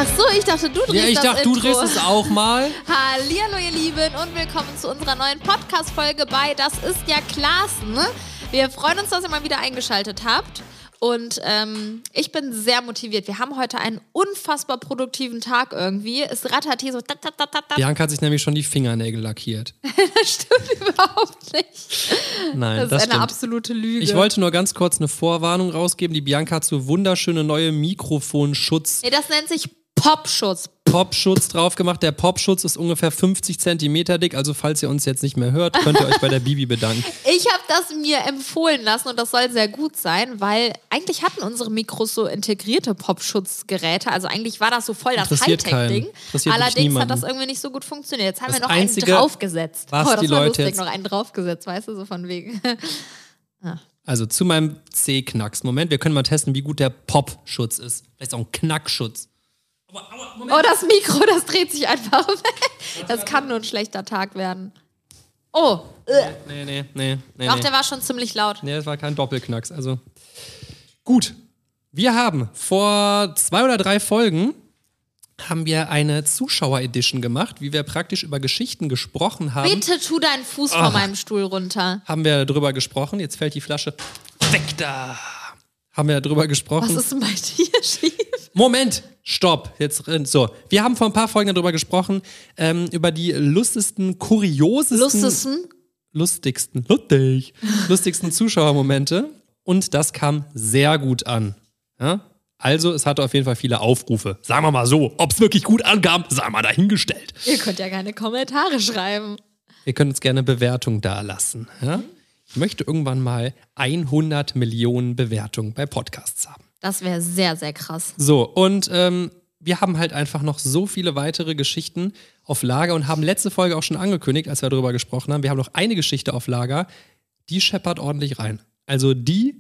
Ach so, ich dachte, du drehst das Ja, ich dachte, Intro. du drehst es auch mal. Hallihallo, ihr Lieben, und willkommen zu unserer neuen Podcast-Folge bei Das ist ja Klaassen. Wir freuen uns, dass ihr mal wieder eingeschaltet habt. Und ich bin sehr motiviert. Wir haben heute einen unfassbar produktiven Tag irgendwie. Es rattert hier so. Bianca hat sich nämlich schon die Fingernägel lackiert. Das stimmt überhaupt nicht. Nein, Das ist das eine stimmt. absolute Lüge. Ich wollte nur ganz kurz eine Vorwarnung rausgeben. Die Bianca hat so wunderschöne neue Mikrofonschutz, Nee, das nennt sich Popschutz. Popschutz drauf gemacht. Der Popschutz ist ungefähr 50 Zentimeter dick. Also falls ihr uns jetzt nicht mehr hört, könnt ihr euch bei der Bibi bedanken. Ich habe das mir empfohlen lassen und das soll sehr gut sein, weil eigentlich hatten unsere Mikros so integrierte Popschutzgeräte. Also eigentlich war das so voll das Interessiert Hightech-Ding. keinen. Interessiert wirklich Allerdings hat niemanden. das irgendwie nicht so gut funktioniert. Jetzt haben Das wir noch Einzige, einen draufgesetzt. was das die war Leute lustig, jetzt- noch einen draufgesetzt, weißt du, so von wegen. Also zu meinem C-Knacks. Moment, wir können mal testen, wie gut der Popschutz ist. Vielleicht auch ein Knackschutz. Oh, das Mikro, das dreht sich einfach weg. Das kann nur ein schlechter Tag werden. Oh, Nee. doch, der war schon ziemlich laut. Nee, das war kein Doppelknacks. Also gut. Wir haben vor 2 oder 3 Folgen haben wir eine Zuschauer-Edition gemacht, wie wir praktisch über Geschichten gesprochen haben. Bitte tu deinen Fuß von meinem Stuhl runter. Haben wir drüber gesprochen. Jetzt fällt die Flasche weg da. Haben wir drüber gesprochen. Was ist denn bei dir schief? Moment, stopp. Jetzt so. Wir haben vor ein paar Folgen darüber gesprochen, über die lustigsten, kuriosesten, lustigsten Zuschauermomente. Und das kam sehr gut an. Ja? Also, es hatte auf jeden Fall viele Aufrufe. Sagen wir mal so, ob es wirklich gut ankam, sei mal dahingestellt. Ihr könnt ja keine Kommentare schreiben. Ihr könnt uns gerne Bewertungen dalassen. Ja? Ich möchte irgendwann mal 100 Millionen Bewertungen bei Podcasts haben. Das wäre sehr, sehr krass. So, und wir haben halt einfach noch so viele weitere Geschichten auf Lager und haben letzte Folge auch schon angekündigt, als wir darüber gesprochen haben, wir haben noch eine Geschichte auf Lager, die scheppert ordentlich rein. Also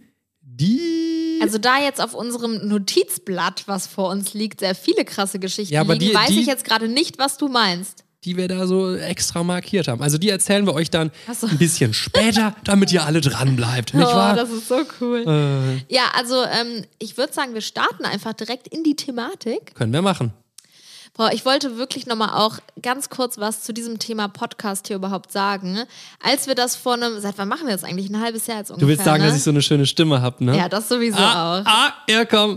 Also da jetzt auf unserem Notizblatt, was vor uns liegt, sehr viele krasse Geschichten Ja, aber liegen, die- weiß die- ich jetzt gerade nicht, was du meinst. die wir da so extra markiert haben. Also die erzählen wir euch dann Ach so. ein bisschen später, damit ihr alle dran bleibt, nicht wahr? Das ist so cool. Ja, also ich würde sagen, wir starten einfach direkt in die Thematik. Können wir machen. Boah, ich wollte wirklich nochmal auch ganz kurz was zu diesem Thema Podcast hier überhaupt sagen. Als wir das seit wann machen wir das eigentlich? Ein halbes Jahr jetzt ungefähr, Du willst sagen, ne? dass ich so eine schöne Stimme habe, ne? Ja, das sowieso auch. Er kommt.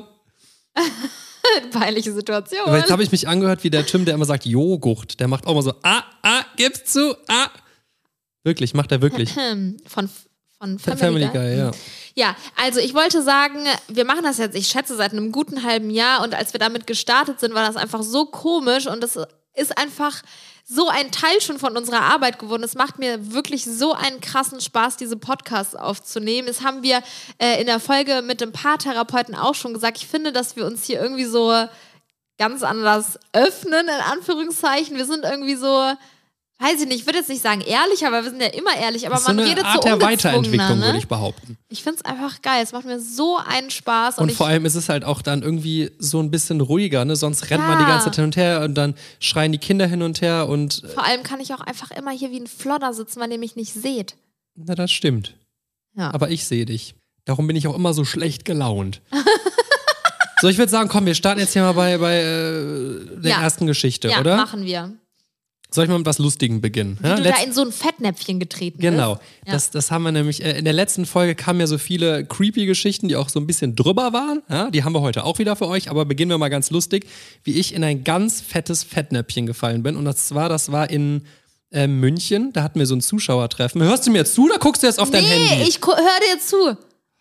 Peinliche Situation. Aber jetzt habe ich mich angehört wie der Tim, der immer sagt Joghurt. Der macht auch mal so, gib's zu, Wirklich, macht er wirklich. Von Family Guy, ja. Ja, also ich wollte sagen, wir machen das jetzt, ich schätze, seit einem guten halben Jahr und als wir damit gestartet sind, war das einfach so komisch und es ist einfach so ein Teil schon von unserer Arbeit geworden. Es macht mir wirklich so einen krassen Spaß, diese Podcasts aufzunehmen. Das haben wir in der Folge mit dem Paartherapeuten auch schon gesagt. Ich finde, dass wir uns hier irgendwie so ganz anders öffnen, in Anführungszeichen. Wir sind irgendwie so, weiß ich nicht, ich würde jetzt nicht sagen ehrlich, aber wir sind ja immer ehrlich, aber Das ist so man eine redet Art so der ungezwungener, Weiterentwicklung, ne? würde ich behaupten. Ich finde es einfach geil. Es macht mir so einen Spaß. Und vor allem ist es halt auch dann irgendwie so ein bisschen ruhiger, ne? Sonst rennt man die ganze Zeit hin und her und dann schreien die Kinder hin und her und vor allem kann ich auch einfach immer hier wie ein Flodder sitzen, weil ihr mich nicht seht. na, das stimmt. Ja. Aber ich sehe dich. Darum bin ich auch immer so schlecht gelaunt. So, ich würde sagen, komm, wir starten jetzt hier mal bei der Ja. ersten Geschichte, Ja, oder? machen wir. Soll ich mal mit was Lustigem beginnen? Wie du da in so ein Fettnäpfchen getreten Genau, bist. das haben wir nämlich, in der letzten Folge kamen ja so viele creepy Geschichten, die auch so ein bisschen drüber waren, ja, die haben wir heute auch wieder für euch, aber beginnen wir mal ganz lustig, wie ich in ein ganz fettes Fettnäpfchen gefallen bin und das war in München, da hatten wir so ein Zuschauertreffen. Hörst du mir jetzt zu oder guckst du jetzt auf dein Handy? Nee, ich höre dir zu.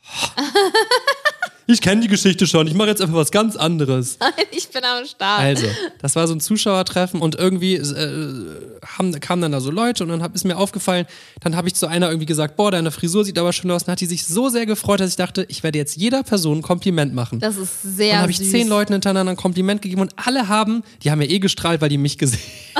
Ich kenne die Geschichte schon, ich mache jetzt einfach was ganz anderes. Ich bin am Start. Also, das war so ein Zuschauertreffen und irgendwie kamen dann da so Leute und dann ist mir aufgefallen, dann habe ich zu einer irgendwie gesagt, boah, deine Frisur sieht aber schön aus. Und dann hat die sich so sehr gefreut, dass ich dachte, ich werde jetzt jeder Person ein Kompliment machen. Das ist sehr Und dann habe ich süß. 10 Leuten hintereinander ein Kompliment gegeben und alle die haben ja eh gestrahlt, weil die mich gesehen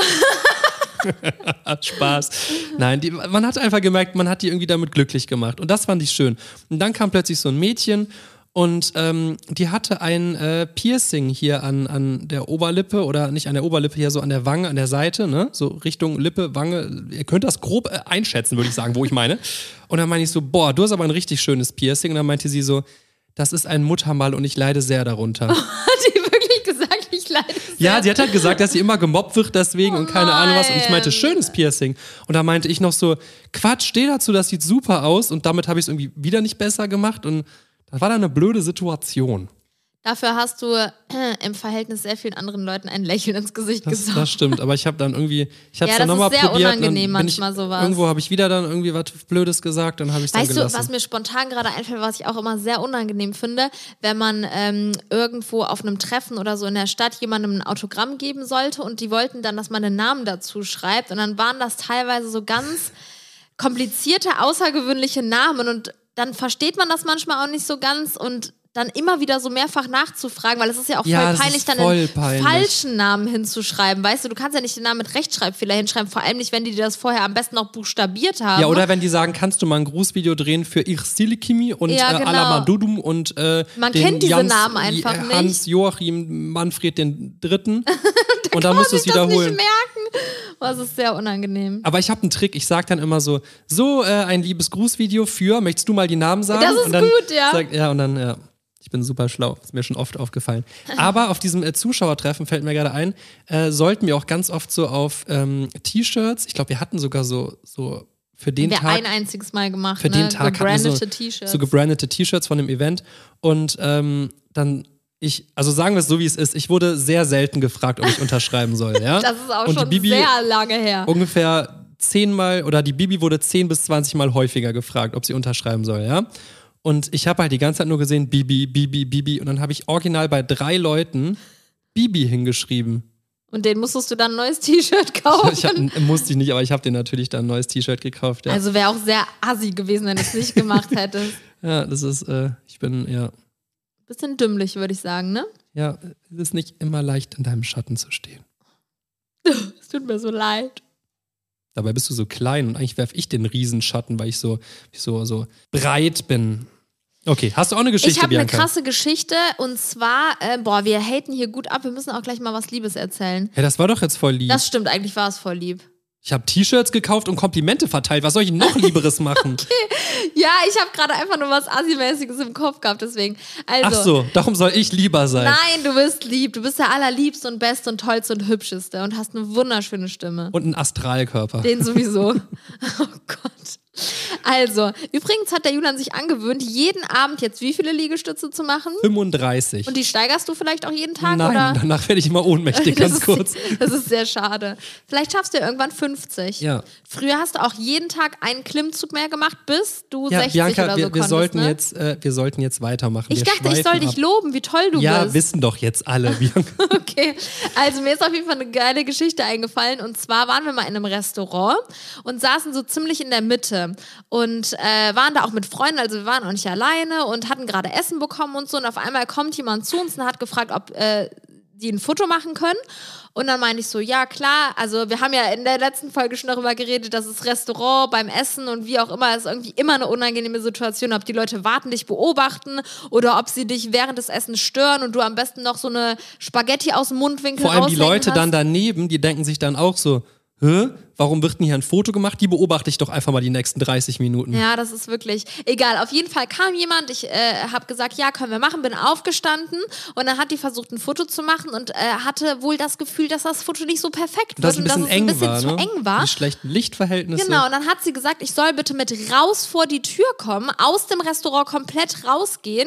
hat Spaß. Nein, man hat einfach gemerkt, man hat die irgendwie damit glücklich gemacht und das fand ich schön. Und dann kam plötzlich so ein Mädchen und die hatte ein Piercing hier an der Oberlippe oder nicht an der Oberlippe, hier so an der Wange, an der Seite, ne? So Richtung Lippe, Wange. Ihr könnt das grob einschätzen, würde ich sagen, wo ich meine. Und dann meine ich so, boah, du hast aber ein richtig schönes Piercing. Und dann meinte sie so, das ist ein Muttermal und ich leide sehr darunter. Hat die wirklich gesagt, ich Ja, sie hat halt gesagt, dass sie immer gemobbt wird deswegen und keine Ahnung was. Und ich meinte, schönes Piercing. Und da meinte ich noch so, Quatsch, steh dazu, das sieht super aus. Und damit habe ich es irgendwie wieder nicht besser gemacht. Und das war dann eine blöde Situation. Dafür hast du im Verhältnis sehr vielen anderen Leuten ein Lächeln ins Gesicht gezaubert. Das stimmt, aber ich habe dann irgendwie, ich habe es Ja, dann das nochmal ist sehr probiert. unangenehm manchmal sowas. Irgendwo habe ich wieder dann irgendwie was Blödes gesagt, dann habe ich es dann Weißt gelassen. du, was mir spontan gerade einfällt, was ich auch immer sehr unangenehm finde, wenn man irgendwo auf einem Treffen oder so in der Stadt jemandem ein Autogramm geben sollte und die wollten dann, dass man einen Namen dazu schreibt und dann waren das teilweise so ganz komplizierte, außergewöhnliche Namen und dann versteht man das manchmal auch nicht so ganz und dann immer wieder so mehrfach nachzufragen, weil es ist ja auch voll peinlich, dann einen falschen Namen hinzuschreiben. Weißt du, du kannst ja nicht den Namen mit Rechtschreibfehler hinschreiben, vor allem nicht, wenn die dir das vorher am besten noch buchstabiert haben. Ja, oder wenn die sagen, kannst du mal ein Grußvideo drehen für Ich Silikimi und Alamadudum und man kennt diese Namen einfach nicht. Hans-Joachim Manfred den Dritten. Und dann musst du es wiederholen. Das nicht merken. Das ist sehr unangenehm. Aber ich habe einen Trick, ich sage dann immer so ein liebes Grußvideo für, möchtest du mal die Namen sagen? Das ist und dann gut, ja. Ich bin super schlau, ist mir schon oft aufgefallen. Aber auf diesem Zuschauertreffen fällt mir gerade ein, sollten wir auch ganz oft so auf T-Shirts, ich glaube, wir hatten sogar so für den Tag. ein einziges Mal gemacht, für den Tag gebrandete T-Shirts. So gebrandete T-Shirts von dem Event. Und dann also sagen wir es so, wie es ist, ich wurde sehr selten gefragt, ob ich unterschreiben soll. Ja? Das ist auch und schon Bibi sehr lange her. Ungefähr 10-mal, oder die Bibi wurde 10 bis 20 Mal häufiger gefragt, ob sie unterschreiben soll, ja. Und ich habe halt die ganze Zeit nur gesehen, Bibi, Bibi, Bibi. Und dann habe ich original bei 3 Leuten Bibi hingeschrieben. Und den musstest du dann ein neues T-Shirt kaufen? Musste ich nicht, aber ich habe den natürlich dann ein neues T-Shirt gekauft. Ja. Also wäre auch sehr assi gewesen, wenn du es nicht gemacht hättest. Ja, das ist, ich bin, ja. Bisschen dümmlich, würde ich sagen, ne? Ja, es ist nicht immer leicht, in deinem Schatten zu stehen. Es tut mir so leid. Dabei bist du so klein und eigentlich werfe ich den Riesenschatten, weil ich so breit bin. Okay, hast du auch eine Geschichte, Bianca? Ich habe Bianca? eine krasse Geschichte und zwar, wir haten hier gut ab, wir müssen auch gleich mal was Liebes erzählen. Ja, das war doch jetzt voll lieb. Das stimmt, eigentlich war es voll lieb. Ich habe T-Shirts gekauft und Komplimente verteilt. Was soll ich noch Lieberes machen? Okay. Ja, ich habe gerade einfach nur was Assi-mäßiges im Kopf gehabt, deswegen. Also, ach so, darum soll ich lieber sein. Nein, du bist lieb. Du bist der allerliebste und beste und tollste und hübscheste und hast eine wunderschöne Stimme. Und einen Astralkörper. Den sowieso. Oh Gott. Also, übrigens hat der Julian sich angewöhnt, jeden Abend jetzt wie viele Liegestütze zu machen? 35. Und die steigerst du vielleicht auch jeden Tag? Nein, oder? Danach werde ich immer ohnmächtig, ganz kurz. Das ist sehr schade. Vielleicht schaffst du irgendwann 50. Ja. Früher hast du auch jeden Tag einen Klimmzug mehr gemacht, bis du ja, 60 Bianca, oder so wir konntest, sollten ne? wir sollten jetzt weitermachen. Ich dachte, ich soll dich loben, wie toll du bist. Ja, wissen doch jetzt alle, Bianca. Okay, also mir ist auf jeden Fall eine geile Geschichte eingefallen. Und zwar waren wir mal in einem Restaurant und saßen so ziemlich in der Mitte und waren da auch mit Freunden, also wir waren auch nicht alleine und hatten gerade Essen bekommen und so. Und auf einmal kommt jemand zu uns und hat gefragt, ob die ein Foto machen können. Und dann meinte ich so, ja klar, also wir haben ja in der letzten Folge schon darüber geredet, dass das Restaurant beim Essen und wie auch immer ist irgendwie immer eine unangenehme Situation, ob die Leute warten, dich beobachten oder ob sie dich während des Essens stören und du am besten noch so eine Spaghetti aus dem Mundwinkel Vor allem die Leute hast. dann daneben, die denken sich dann auch so, warum wird denn hier ein Foto gemacht? Die beobachte ich doch einfach mal die nächsten 30 Minuten. Ja, das ist wirklich egal. Auf jeden Fall kam jemand, ich habe gesagt, ja, können wir machen, bin aufgestanden und dann hat die versucht, ein Foto zu machen und hatte wohl das Gefühl, dass das Foto nicht so perfekt wird und dass es ein bisschen zu eng war. Die schlechten Lichtverhältnisse. Genau, und dann hat sie gesagt, ich soll bitte mit raus vor die Tür kommen, aus dem Restaurant komplett rausgehen,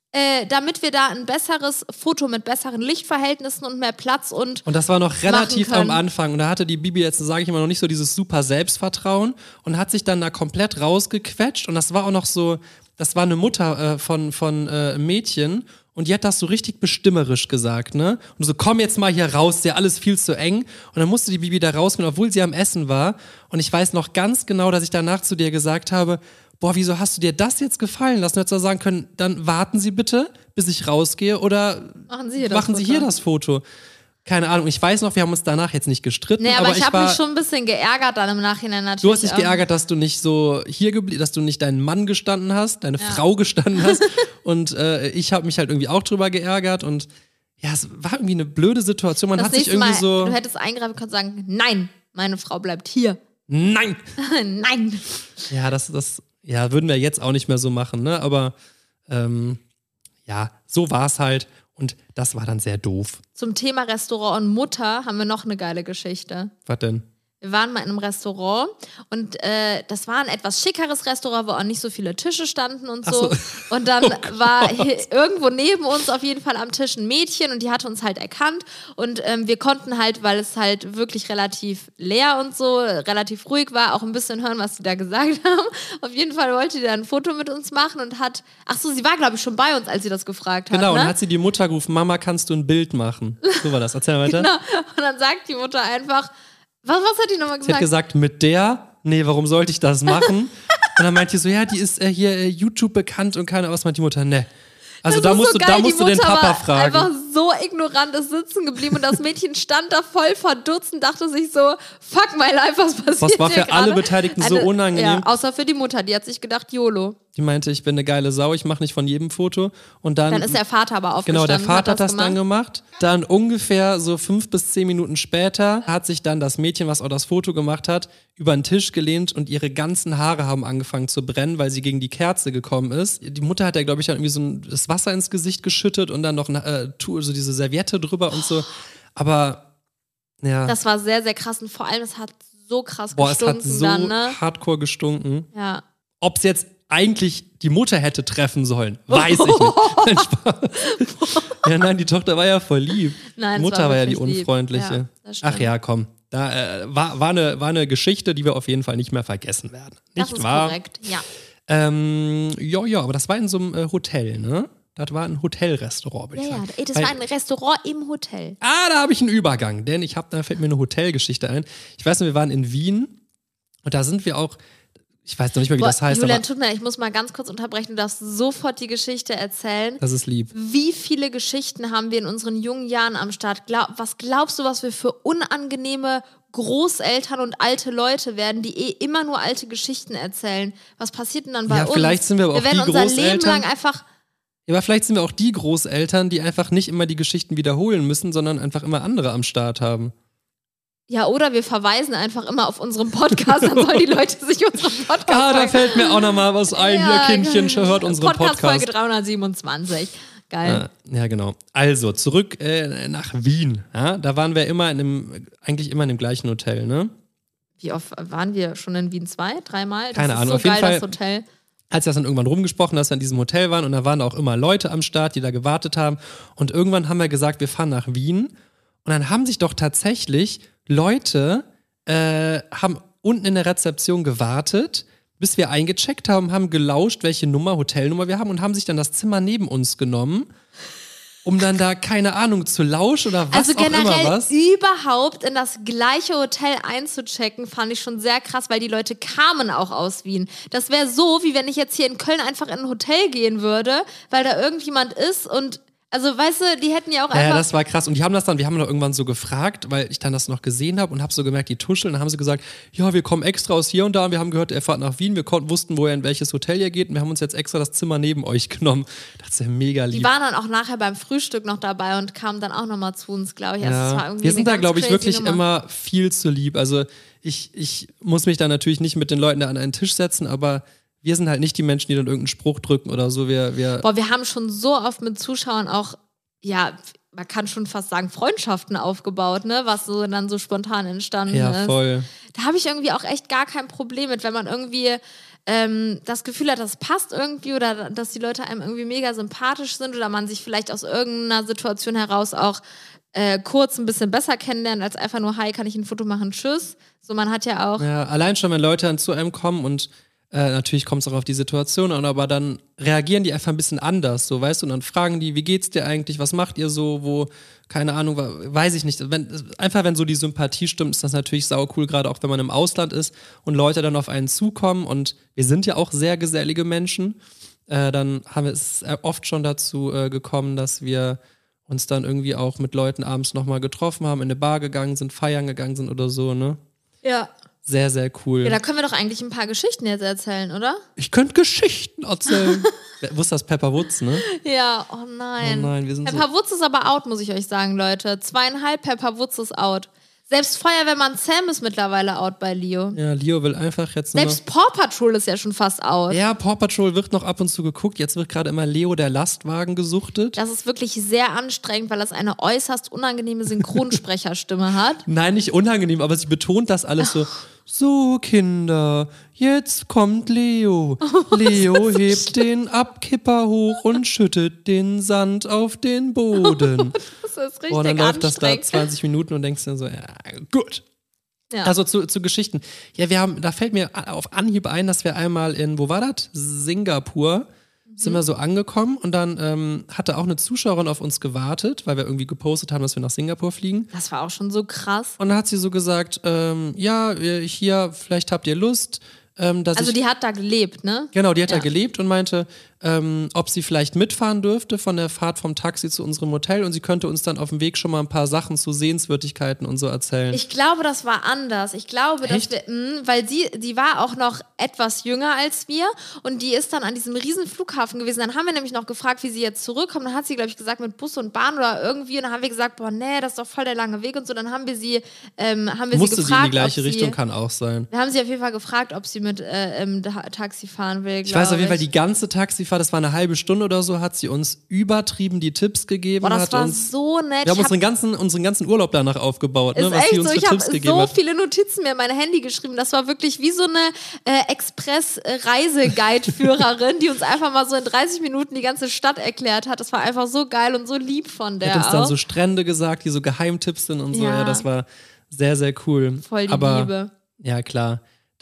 damit wir da ein besseres Foto mit besseren Lichtverhältnissen und mehr Platz und das war noch relativ am Anfang. Und da hatte die Bibi jetzt, sage ich immer, noch nicht so dieses super Selbstvertrauen und hat sich dann da komplett rausgequetscht. Und das war auch noch so, das war eine Mutter von Mädchen und die hat das so richtig bestimmerisch gesagt, ne? Und so, komm jetzt mal hier raus, ist ja alles viel zu eng. Und dann musste die Bibi da rausgehen, obwohl sie am Essen war. Und ich weiß noch ganz genau, dass ich danach zu dir gesagt habe, boah, wieso hast du dir das jetzt gefallen lassen? Du hättest sagen können, dann warten Sie bitte, bis ich rausgehe oder machen Sie hier das Foto. Keine Ahnung, ich weiß noch, wir haben uns danach jetzt nicht gestritten. Nee, aber ich habe mich schon ein bisschen geärgert dann im Nachhinein natürlich. Du hast dich geärgert, dass du nicht so hier geblieben, dass du nicht deinen Mann gestanden hast, deine Frau gestanden hast. Und ich habe mich halt irgendwie auch drüber geärgert und ja, es war irgendwie eine blöde Situation. Man hat sich irgendwie so... Du hättest eingreifen können und sagen, nein, meine Frau bleibt hier. Nein! Nein! Ja, würden wir jetzt auch nicht mehr so machen, ne? Aber ja, so war es halt. Und das war dann sehr doof. Zum Thema Restaurant und Mutter haben wir noch eine geile Geschichte. Was denn? Wir waren mal in einem Restaurant und das war ein etwas schickeres Restaurant, wo auch nicht so viele Tische standen und so. Und dann war irgendwo neben uns auf jeden Fall am Tisch ein Mädchen und die hatte uns halt erkannt. Und wir konnten halt, weil es halt wirklich relativ leer und so, relativ ruhig war, auch ein bisschen hören, was die da gesagt haben. Auf jeden Fall wollte die da ein Foto mit uns machen und hat, sie war glaube ich schon bei uns, als sie das gefragt hat. Genau, ne? und dann hat sie die Mutter gerufen, Mama, kannst du ein Bild machen? So war das, erzähl weiter. Genau, und dann sagt die Mutter einfach, was hat die nochmal gesagt? Sie hat gesagt, mit der? Nee, warum sollte ich das machen? Und dann meint die so, ja, die ist hier YouTube bekannt und keine Ahnung, was meint die Mutter? Ne. Also da musst, da musst du den Papa fragen. Einfach so ignorant ist sitzen geblieben und das Mädchen stand da voll verdutzt und dachte sich so, fuck my life, was passiert Was war für hier alle gerade? Beteiligten so unangenehm? Ja, außer für die Mutter, die hat sich gedacht, YOLO. Die meinte, ich bin eine geile Sau, ich mache nicht von jedem Foto. Und dann ist der Vater aber aufgestanden. Genau, der Vater hat das dann gemacht. Dann ungefähr so 5 bis 10 Minuten später hat sich dann das Mädchen, was auch das Foto gemacht hat, über den Tisch gelehnt und ihre ganzen Haare haben angefangen zu brennen, weil sie gegen die Kerze gekommen ist. Die Mutter hat ja, glaube ich, dann irgendwie so das Wasser ins Gesicht geschüttet und dann noch so diese Serviette drüber und so. Aber, ja. Das war sehr, sehr krass und vor allem, es hat so krass Boah, gestunken es hat so dann, ne? hardcore gestunken. Ja. Ob es jetzt eigentlich die Mutter hätte treffen sollen, weiß ich nicht. Nein, Spaß. Ja, nein, die Tochter war ja voll lieb. Nein, die Mutter war ja die lieb. Unfreundliche. Ja, das stimmt. Ach ja, komm. Da war eine Geschichte, die wir auf jeden Fall nicht mehr vergessen werden. Nicht das ist wahr? korrekt, ja. Ja, aber das war in so einem Hotel, ne? Das war ein Hotelrestaurant, würde ich sagen. Ja, das war ein Restaurant im Hotel. Da habe ich einen Übergang, denn da fällt mir eine Hotelgeschichte ein. Ich weiß nicht, wir waren in Wien und da sind wir auch. Ich weiß noch nicht mehr, wie das heißt. Julian, aber tut mir leid, ich muss mal ganz kurz unterbrechen. Du darfst sofort die Geschichte erzählen. Das ist lieb. Wie viele Geschichten haben wir in unseren jungen Jahren am Start? Was glaubst du, was wir für unangenehme Großeltern und alte Leute werden, die immer nur alte Geschichten erzählen? Was passiert denn dann bei uns? Ja, vielleicht sind wir aber auch die Großeltern. Wir werden unser Leben lang einfach... Ja, aber vielleicht sind wir auch die Großeltern, die einfach nicht immer die Geschichten wiederholen müssen, sondern einfach immer andere am Start haben. Ja, oder wir verweisen einfach immer auf unseren Podcast, dann sollen die Leute sich unseren Podcast da fällt mir auch nochmal was ein. Ja, hier, Kindchen, hört unseren Podcast. Folge 327. Geil. Ja, genau. Also, zurück nach Wien. Ja, da waren wir eigentlich immer in dem gleichen Hotel, ne? Wie oft waren wir schon in Wien? 2, 3 Mal? Keine Ahnung. So auf jeden geil, Fall, das Hotel. als wir das dann irgendwann rumgesprochen, dass wir in diesem Hotel waren und da waren auch immer Leute am Start, die da gewartet haben. Und irgendwann haben wir gesagt, wir fahren nach Wien. Und dann haben sich doch tatsächlich Leute haben unten in der Rezeption gewartet, bis wir eingecheckt haben gelauscht, welche Hotelnummer wir haben und haben sich dann das Zimmer neben uns genommen, um dann da, keine Ahnung, zu lauschen oder was auch immer was. Also generell überhaupt in das gleiche Hotel einzuchecken, fand ich schon sehr krass, weil die Leute kamen auch aus Wien. Das wäre so, wie wenn ich jetzt hier in Köln einfach in ein Hotel gehen würde, weil da irgendjemand ist und also, weißt du, die hätten ja auch einfach... Ja, das war krass. Und wir haben doch irgendwann so gefragt, weil ich dann das noch gesehen habe und habe so gemerkt, die tuscheln. Dann haben sie gesagt, ja, wir kommen extra aus hier und da. Und wir haben gehört, ihr fahrt nach Wien. Wir wussten, wo ihr in welches Hotel ihr geht. Und wir haben uns jetzt extra das Zimmer neben euch genommen. Das ist ja mega lieb. Die waren dann auch nachher beim Frühstück noch dabei und kamen dann auch nochmal zu uns, glaube ich. Also, ja. es war irgendwie wir sind da, glaube ich, wirklich Nummer. immer viel zu lieb. Also, ich muss mich da natürlich nicht mit den Leuten da an einen Tisch setzen, aber... Wir sind halt nicht die Menschen, die dann irgendeinen Spruch drücken oder so. Wir haben schon so oft mit Zuschauern auch, ja, man kann schon fast sagen, Freundschaften aufgebaut, ne, was so dann so spontan entstanden ist. Ja, voll. Da habe ich irgendwie auch echt gar kein Problem mit, wenn man irgendwie das Gefühl hat, das passt irgendwie oder dass die Leute einem irgendwie mega sympathisch sind oder man sich vielleicht aus irgendeiner Situation heraus auch kurz ein bisschen besser kennenlernen, als einfach nur, hi, kann ich ein Foto machen, tschüss. So, man hat ja auch... Ja, allein schon, wenn Leute dann zu einem kommen und natürlich kommt es auch auf die Situation an, aber dann reagieren die einfach ein bisschen anders, so, weißt du, und dann fragen die, wie geht's dir eigentlich, was macht ihr so, keine Ahnung, weiß ich nicht. Wenn so die Sympathie stimmt, ist das natürlich saucool, gerade auch wenn man im Ausland ist und Leute dann auf einen zukommen und wir sind ja auch sehr gesellige Menschen, dann ist es oft schon dazu gekommen, dass wir uns dann irgendwie auch mit Leuten abends nochmal getroffen haben, in eine Bar gegangen sind, feiern gegangen sind oder so, ne? Ja. Sehr, sehr cool. Ja, da können wir doch eigentlich ein paar Geschichten jetzt erzählen, oder? Ich könnte Geschichten erzählen. Wusste das Pepper Woods, ne? Ja, oh nein. Oh nein, wir sind Pepper Woods ist aber out, muss ich euch sagen, Leute. 2,5 Pepper Woods ist out. Selbst Feuerwehrmann Sam ist mittlerweile out bei Leo. Ja, Leo will einfach jetzt nur Selbst Paw Patrol ist ja schon fast out. Ja, Paw Patrol wird noch ab und zu geguckt. Jetzt wird gerade immer Leo der Lastwagen gesuchtet. Das ist wirklich sehr anstrengend, weil das eine äußerst unangenehme Synchronsprecherstimme hat. Nein, nicht unangenehm, aber sie betont das alles so, Kinder, jetzt kommt Leo. Leo hebt den Abkipper hoch und schüttet den Sand auf den Boden. Das ist richtig Und dann läuft das da anstrengend. 20 Minuten und denkst dir so, ja, gut. Ja. Also zu Geschichten. Ja, da fällt mir auf Anhieb ein, dass wir einmal wo war das? Singapur, sind wir so angekommen und dann hatte auch eine Zuschauerin auf uns gewartet, weil wir irgendwie gepostet haben, dass wir nach Singapur fliegen. Das war auch schon so krass. Und dann hat sie so gesagt, ja, hier, vielleicht habt ihr Lust, Also die hat da gelebt, ne? Genau, die hat da Ja. gelebt und meinte, ob sie vielleicht mitfahren dürfte von der Fahrt vom Taxi zu unserem Hotel und sie könnte uns dann auf dem Weg schon mal ein paar Sachen zu Sehenswürdigkeiten und so erzählen. Ich glaube, das war anders. Ich glaube, dass weil sie war auch noch etwas jünger als wir und die ist dann an diesem riesen Flughafen gewesen. Dann haben wir nämlich noch gefragt, wie sie jetzt zurückkommt. Dann hat sie, glaube ich, gesagt, mit Bus und Bahn oder irgendwie. Und dann haben wir gesagt, boah, nee, das ist doch voll der lange Weg und so. Dann haben wir sie, Musste gefragt, sie in die gleiche ob Richtung, kann auch sein. Wir haben sie auf jeden Fall gefragt, ob sie mit Taxi fahren will, Ich weiß auf jeden Fall, die ganze Taxifahrt, das war eine halbe Stunde oder so, hat sie uns übertrieben die Tipps gegeben. Boah, das hat war uns, so nett. wir haben unseren ganzen Urlaub danach aufgebaut, ne, Ist was echt sie uns so, für ich habe Tipps gegeben so hat. viele Notizen mir in mein Handy geschrieben. Das war wirklich wie so eine Express-Reiseguide-Führerin, die uns einfach mal so in 30 Minuten die ganze Stadt erklärt hat. Das war einfach so geil und so lieb von der Hat uns dann auch. so Strände gesagt, die so Geheimtipps sind und so. Ja. Ja, das war sehr, sehr cool. Voll die Aber, Liebe. Ja, klar.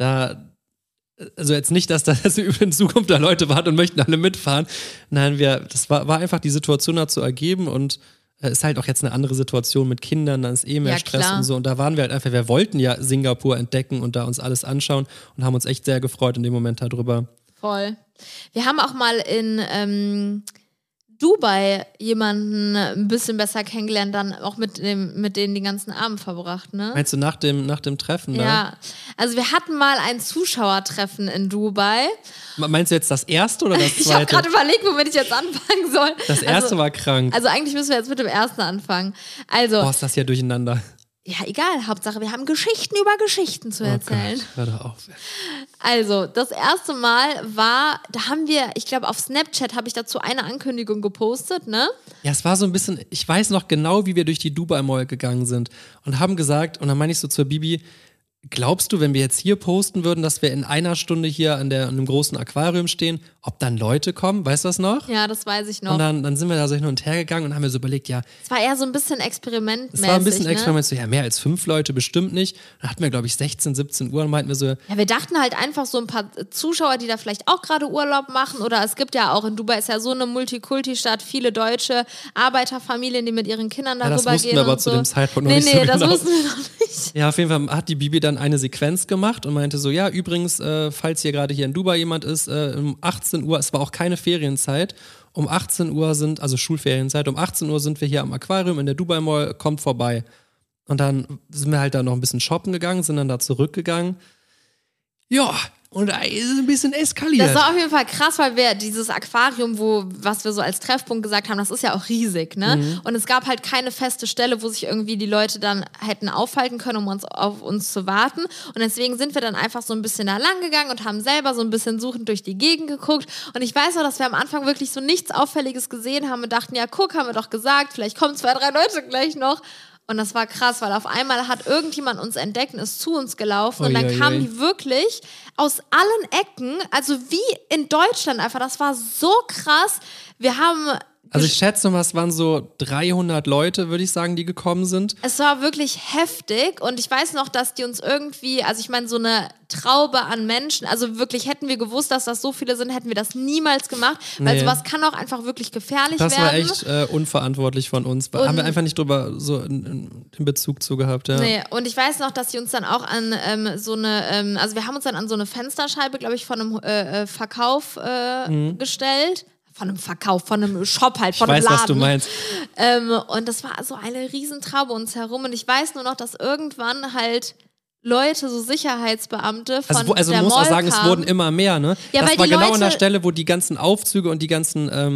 Also jetzt nicht, dass das in Zukunft da Leute warten und möchten alle mitfahren. Nein, das war einfach die Situation dazu ergeben und ist halt auch jetzt eine andere Situation mit Kindern, dann ist mehr Ja, Stress klar. und so. Und da waren wir halt einfach, wir wollten ja Singapur entdecken und da uns alles anschauen und haben uns echt sehr gefreut in dem Moment darüber. Voll. Wir haben auch mal in Dubai jemanden ein bisschen besser kennengelernt, dann auch mit denen den ganzen Abend verbracht, ne? Meinst du nach dem Treffen da? Ja, also wir hatten mal ein Zuschauertreffen in Dubai. Meinst du jetzt das erste oder das Ich habe zweite? gerade überlegt, womit ich jetzt anfangen soll. Das erste war krank. Also eigentlich müssen wir jetzt mit dem ersten anfangen. Also, Boah, ist das hier durcheinander. ja, egal, Hauptsache wir haben Geschichten über Geschichten zu erzählen. Oh Gott, hör doch auf. Also, das erste Mal war, da haben wir, ich glaube auf Snapchat habe ich dazu eine Ankündigung gepostet, ne? Ja, es war so ein bisschen, ich weiß noch genau, wie wir durch die Dubai Mall gegangen sind und haben gesagt, und dann meine ich so zur Bibi, glaubst du, wenn wir jetzt hier posten würden, dass wir in einer Stunde hier an einem großen Aquarium stehen, ob dann Leute kommen? Weißt du das noch? Ja, das weiß ich noch. Und dann sind wir da so hin und her gegangen und haben mir so überlegt, ja, Es war eher so ein bisschen experimentmäßig, es war ein bisschen ne? Experiment, so, ja, mehr als 5 Leute bestimmt nicht. Dann hatten wir, glaube ich, 16, 17 Uhr und meinten wir so, Ja, wir dachten halt einfach so ein paar Zuschauer, die da vielleicht auch gerade Urlaub machen oder es gibt ja auch in Dubai ist ja so eine Multikulti-Stadt, viele deutsche Arbeiterfamilien, die mit ihren Kindern ja, darüber das wussten gehen wir aber und zu so. dem Zeitpunkt noch Nee, nicht so das genau. wussten wir noch nicht. Ja, auf jeden Fall hat die Bibi dann eine Sequenz gemacht und meinte so, ja, übrigens, falls hier gerade hier in Dubai jemand ist, um 18 Uhr, es war auch keine Ferienzeit, um 18 Uhr also Schulferienzeit, um 18 Uhr sind wir hier am Aquarium in der Dubai Mall, kommt vorbei. Und dann sind wir halt da noch ein bisschen shoppen gegangen, sind dann da zurückgegangen. Ja, und da ist es ein bisschen eskaliert. Das war auf jeden Fall krass, weil wir dieses Aquarium, was wir so als Treffpunkt gesagt haben, das ist ja auch riesig, ne? Mhm. Und es gab halt keine feste Stelle, wo sich irgendwie die Leute dann hätten aufhalten können, um auf uns zu warten. Und deswegen sind wir dann einfach so ein bisschen da lang gegangen und haben selber so ein bisschen suchend durch die Gegend geguckt. Und ich weiß noch, dass wir am Anfang wirklich so nichts Auffälliges gesehen haben und dachten, ja, guck, haben wir doch gesagt, vielleicht kommen 2, 3 Leute gleich noch. Und das war krass, weil auf einmal hat irgendjemand uns entdeckt und ist zu uns gelaufen. Und dann Uiuiui. kamen die wirklich aus allen Ecken, also wie in Deutschland einfach. Das war so krass. Wir haben... Also ich schätze mal, es waren so 300 Leute, würde ich sagen, die gekommen sind. Es war wirklich heftig und ich weiß noch, dass die uns irgendwie, also ich meine, so eine Traube an Menschen, also wirklich hätten wir gewusst, dass das so viele sind, hätten wir das niemals gemacht, weil Nee. sowas kann auch einfach wirklich gefährlich Das werden. war echt unverantwortlich von uns. Haben wir einfach nicht drüber so in Bezug zu gehabt, ja. Nee, und ich weiß noch, dass sie uns dann auch an so eine, also wir haben uns dann an so eine Fensterscheibe, glaube ich, von einem Verkauf gestellt. Von einem Shop halt, von Ich einem weiß, Laden. was du meinst. Und das war so eine Riesentraube um uns herum. Und ich weiß nur noch, dass irgendwann halt Leute, so Sicherheitsbeamte von Also der man muss auch Mall sagen, es kamen. wurden immer mehr, ne? Ja, das weil war die genau an Leute- der Stelle, wo die ganzen Aufzüge und die ganzen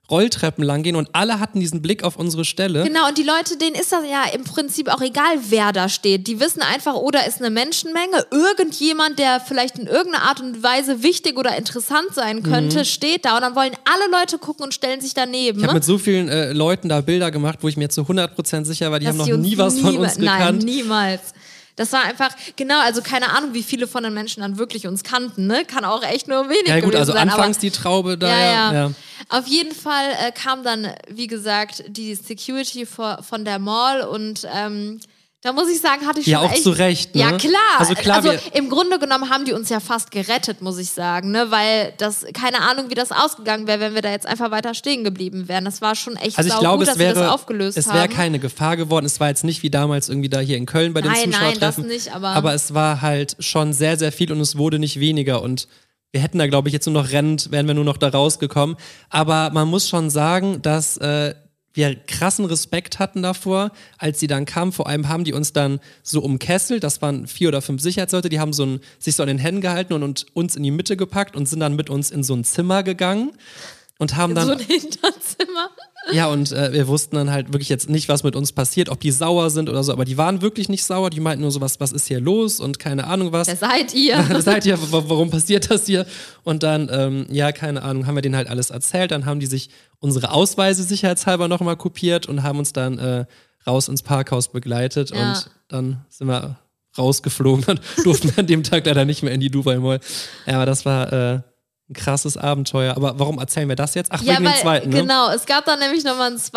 Rolltreppen lang gehen und alle hatten diesen Blick auf unsere Stelle. Genau, und die Leute, denen ist das ja im Prinzip auch egal, wer da steht. Die wissen einfach, oh, da ist eine Menschenmenge. Irgendjemand, der vielleicht in irgendeiner Art und Weise wichtig oder interessant sein könnte, steht da. Und dann wollen alle Leute gucken und stellen sich daneben. Ich habe mit so vielen Leuten da Bilder gemacht, wo ich mir zu 100% sicher war, die haben noch nie was von uns gekannt. Nein, niemals. Das war einfach, genau, also keine Ahnung, wie viele von den Menschen dann wirklich uns kannten, ne? Kann auch echt nur wenig Ja gut, gewesen also sein, anfangs die Traube da, ja. Auf jeden Fall kam dann, wie gesagt, die Security von der Mall und da muss ich sagen, hatte ich schon ja auch echt... zu Recht, ne? Ja, klar. Also im Grunde genommen haben die uns ja fast gerettet, muss ich sagen, ne? Weil das, keine Ahnung, wie das ausgegangen wäre, wenn wir da jetzt einfach weiter stehen geblieben wären. Das war schon echt also ich glaube, dass wir das aufgelöst haben. Es wäre keine Gefahr geworden. Es war jetzt nicht wie damals irgendwie da hier in Köln bei den Zuschauertreffen. Nein, das nicht, aber es war halt schon sehr, sehr viel und es wurde nicht weniger und wir hätten da, glaube ich, jetzt nur noch rennend, wären wir nur noch da rausgekommen. Aber man muss schon sagen, dass wir krassen Respekt hatten davor, als sie dann kamen. Vor allem haben die uns dann so umkesselt. Das waren 4 oder 5 Sicherheitsleute, die haben sich so an den Händen gehalten und uns in die Mitte gepackt und sind dann mit uns in so ein Zimmer gegangen. Und haben dann, so ein Hinterzimmer. Ja, und wir wussten dann halt wirklich jetzt nicht, was mit uns passiert, ob die sauer sind oder so. Aber die waren wirklich nicht sauer. Die meinten nur so, was ist hier los und keine Ahnung was. Wer seid ihr? Wer seid ihr? Warum passiert das hier? Und dann, keine Ahnung, haben wir denen halt alles erzählt. Dann haben die sich unsere Ausweise sicherheitshalber nochmal kopiert und haben uns dann raus ins Parkhaus begleitet. Ja. Und dann sind wir rausgeflogen und durften an dem Tag leider nicht mehr in die Dubai Mall. Ja, aber das war ein krasses Abenteuer. Aber warum erzählen wir das jetzt? Ach, wegen dem zweiten, ne? Genau, es gab dann nämlich nochmal ein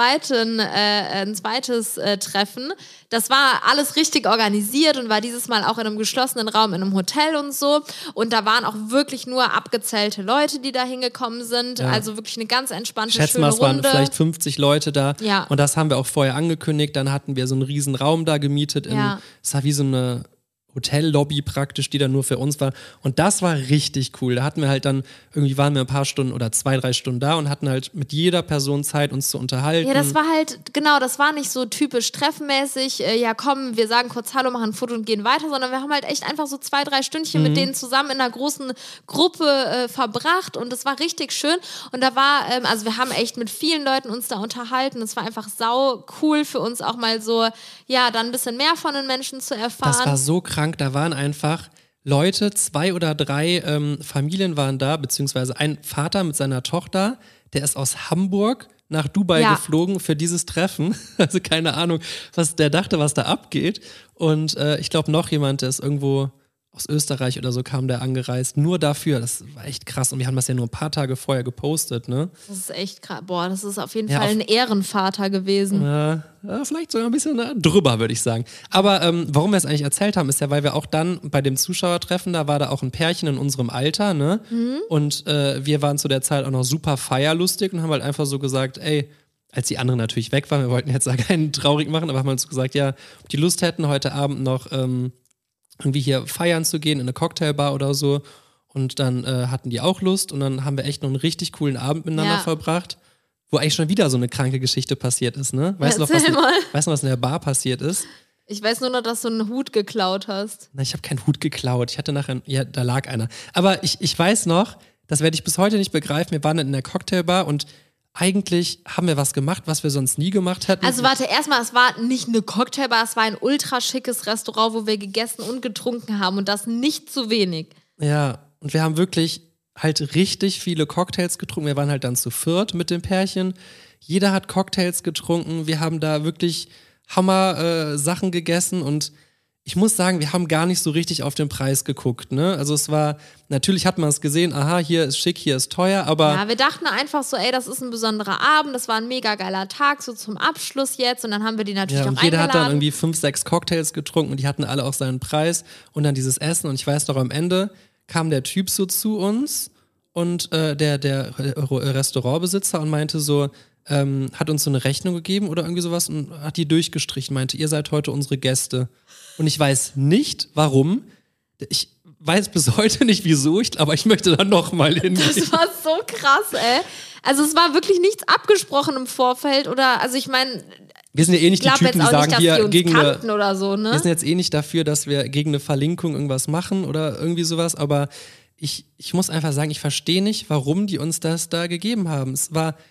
zweites Treffen. Das war alles richtig organisiert und war dieses Mal auch in einem geschlossenen Raum, in einem Hotel und so. Und da waren auch wirklich nur abgezählte Leute, die da hingekommen sind. Ja. Also wirklich eine ganz entspannte, schöne Runde. Es waren vielleicht 50 Leute da. Ja. Und das haben wir auch vorher angekündigt. Dann hatten wir so einen riesen Raum da gemietet. Es war wie so eine Hotellobby praktisch, die dann nur für uns war. Und das war richtig cool. Da hatten wir halt dann, irgendwie waren wir ein paar Stunden oder 2-3 Stunden da und hatten halt mit jeder Person Zeit, uns zu unterhalten. Ja, das war halt, genau, das war nicht so typisch treffenmäßig, ja komm, wir sagen kurz Hallo, machen ein Foto und gehen weiter, sondern wir haben halt echt einfach so 2-3 Stündchen mit denen zusammen in einer großen Gruppe verbracht und das war richtig schön. Und da war, also wir haben echt mit vielen Leuten uns da unterhalten. Es war einfach sau cool für uns auch mal so, ja, dann ein bisschen mehr von den Menschen zu erfahren. Das war so krank, da waren einfach Leute, 2 oder 3 Familien waren da, beziehungsweise ein Vater mit seiner Tochter, der ist aus Hamburg nach Dubai geflogen für dieses Treffen. Also keine Ahnung, was der dachte, was da abgeht. Und ich glaube noch jemand, der ist irgendwo aus Österreich oder so, kam der angereist. Nur dafür, das war echt krass. Und wir haben das ja nur ein paar Tage vorher gepostet, ne? Das ist echt krass. Boah, das ist auf jeden Fall ein Ehrenvater gewesen. Ja, vielleicht sogar ein bisschen drüber, würde ich sagen. Aber warum wir es eigentlich erzählt haben, ist ja, weil wir auch dann bei dem Zuschauertreffen, da war da auch ein Pärchen in unserem Alter, ne? Und wir waren zu der Zeit auch noch super feierlustig und haben halt einfach so gesagt, ey, als die anderen natürlich weg waren, wir wollten jetzt da keinen traurig machen, aber haben uns gesagt, ja, ob die Lust hätten, heute Abend noch irgendwie hier feiern zu gehen in eine Cocktailbar oder so. Und dann hatten die auch Lust und dann haben wir echt noch einen richtig coolen Abend miteinander verbracht, wo eigentlich schon wieder so eine kranke Geschichte passiert ist, ne? Weißt du noch, was in der Bar passiert ist? Ich weiß nur noch, dass du einen Hut geklaut hast. Na, ich habe keinen Hut geklaut. Ich hatte nachher, ja, da lag einer. Aber ich weiß noch, das werde ich bis heute nicht begreifen, wir waren dann in der Cocktailbar und eigentlich haben wir was gemacht, was wir sonst nie gemacht hätten. Also warte, erstmal, es war nicht eine Cocktailbar, es war ein ultra schickes Restaurant, wo wir gegessen und getrunken haben und das nicht zu wenig. Ja, und wir haben wirklich halt richtig viele Cocktails getrunken. Wir waren halt dann zu 4 mit dem Pärchen. Jeder hat Cocktails getrunken. Wir haben da wirklich Hammer-Sachen gegessen und ich muss sagen, wir haben gar nicht so richtig auf den Preis geguckt, ne? Also es war, natürlich hat man es gesehen, aha, hier ist schick, hier ist teuer, aber... Ja, wir dachten einfach so, ey, das ist ein besonderer Abend, das war ein mega geiler Tag, so zum Abschluss jetzt und dann haben wir die natürlich auch jeder eingeladen. Hat dann irgendwie 5-6 Cocktails getrunken und die hatten alle auch seinen Preis und dann dieses Essen und ich weiß noch, am Ende kam der Typ so zu uns und der Restaurantbesitzer und meinte so, hat uns so eine Rechnung gegeben oder irgendwie sowas und hat die durchgestrichen, meinte, ihr seid heute unsere Gäste. Und ich weiß nicht, warum. Ich weiß bis heute nicht, wieso, aber ich möchte da nochmal hingehen. Das war so krass, ey. Also es war wirklich nichts abgesprochen im Vorfeld oder, also ich meine... Wir sind ja eh nicht die Typen, die sagen, wir gegen eine, oder so, ne? Wir sind jetzt eh nicht dafür, dass wir gegen eine Verlinkung irgendwas machen oder irgendwie sowas, aber ich muss einfach sagen, ich verstehe nicht, warum die uns das da gegeben haben. Es war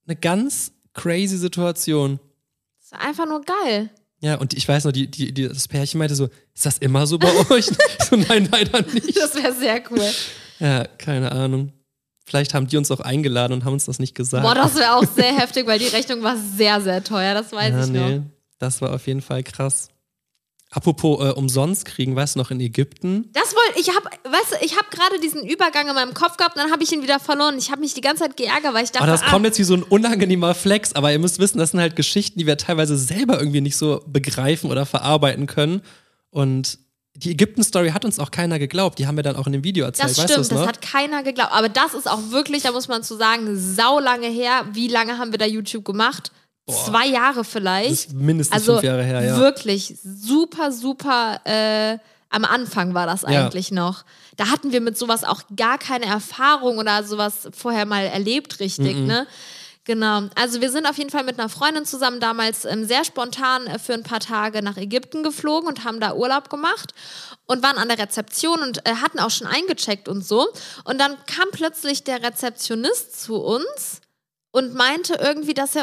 eine ganz crazy Situation. Das war einfach nur geil. Ja, und ich weiß noch, das Pärchen meinte so, ist das immer so bei euch? So, nein, leider nicht. Das wäre sehr cool. Ja, keine Ahnung. Vielleicht haben die uns auch eingeladen und haben uns das nicht gesagt. Boah, das wäre auch sehr heftig, weil die Rechnung war sehr, sehr teuer, das weiß ich noch. Das war auf jeden Fall krass. Apropos umsonst kriegen, weißt du noch, in Ägypten? Ich habe gerade diesen Übergang in meinem Kopf gehabt und dann habe ich ihn wieder verloren. Ich habe mich die ganze Zeit geärgert, weil ich dachte, das kommt jetzt wie so ein unangenehmer Flex, aber ihr müsst wissen, das sind halt Geschichten, die wir teilweise selber irgendwie nicht so begreifen oder verarbeiten können. Und die Ägypten-Story hat uns auch keiner geglaubt. Die haben wir dann auch in dem Video erzählt. Das weißt stimmt, du's noch? Das hat keiner geglaubt. Aber das ist auch wirklich, da muss man zu sagen, saulange her. Wie lange haben wir da YouTube gemacht? 2 Jahre vielleicht. Das ist mindestens 5 Jahre her, ja. Wirklich super, super, am Anfang war das eigentlich noch. Da hatten wir mit sowas auch gar keine Erfahrung oder sowas vorher mal erlebt, richtig, ne? Genau. Also wir sind auf jeden Fall mit einer Freundin zusammen damals sehr spontan für ein paar Tage nach Ägypten geflogen und haben da Urlaub gemacht und waren an der Rezeption und hatten auch schon eingecheckt und so. Und dann kam plötzlich der Rezeptionist zu uns und meinte irgendwie, dass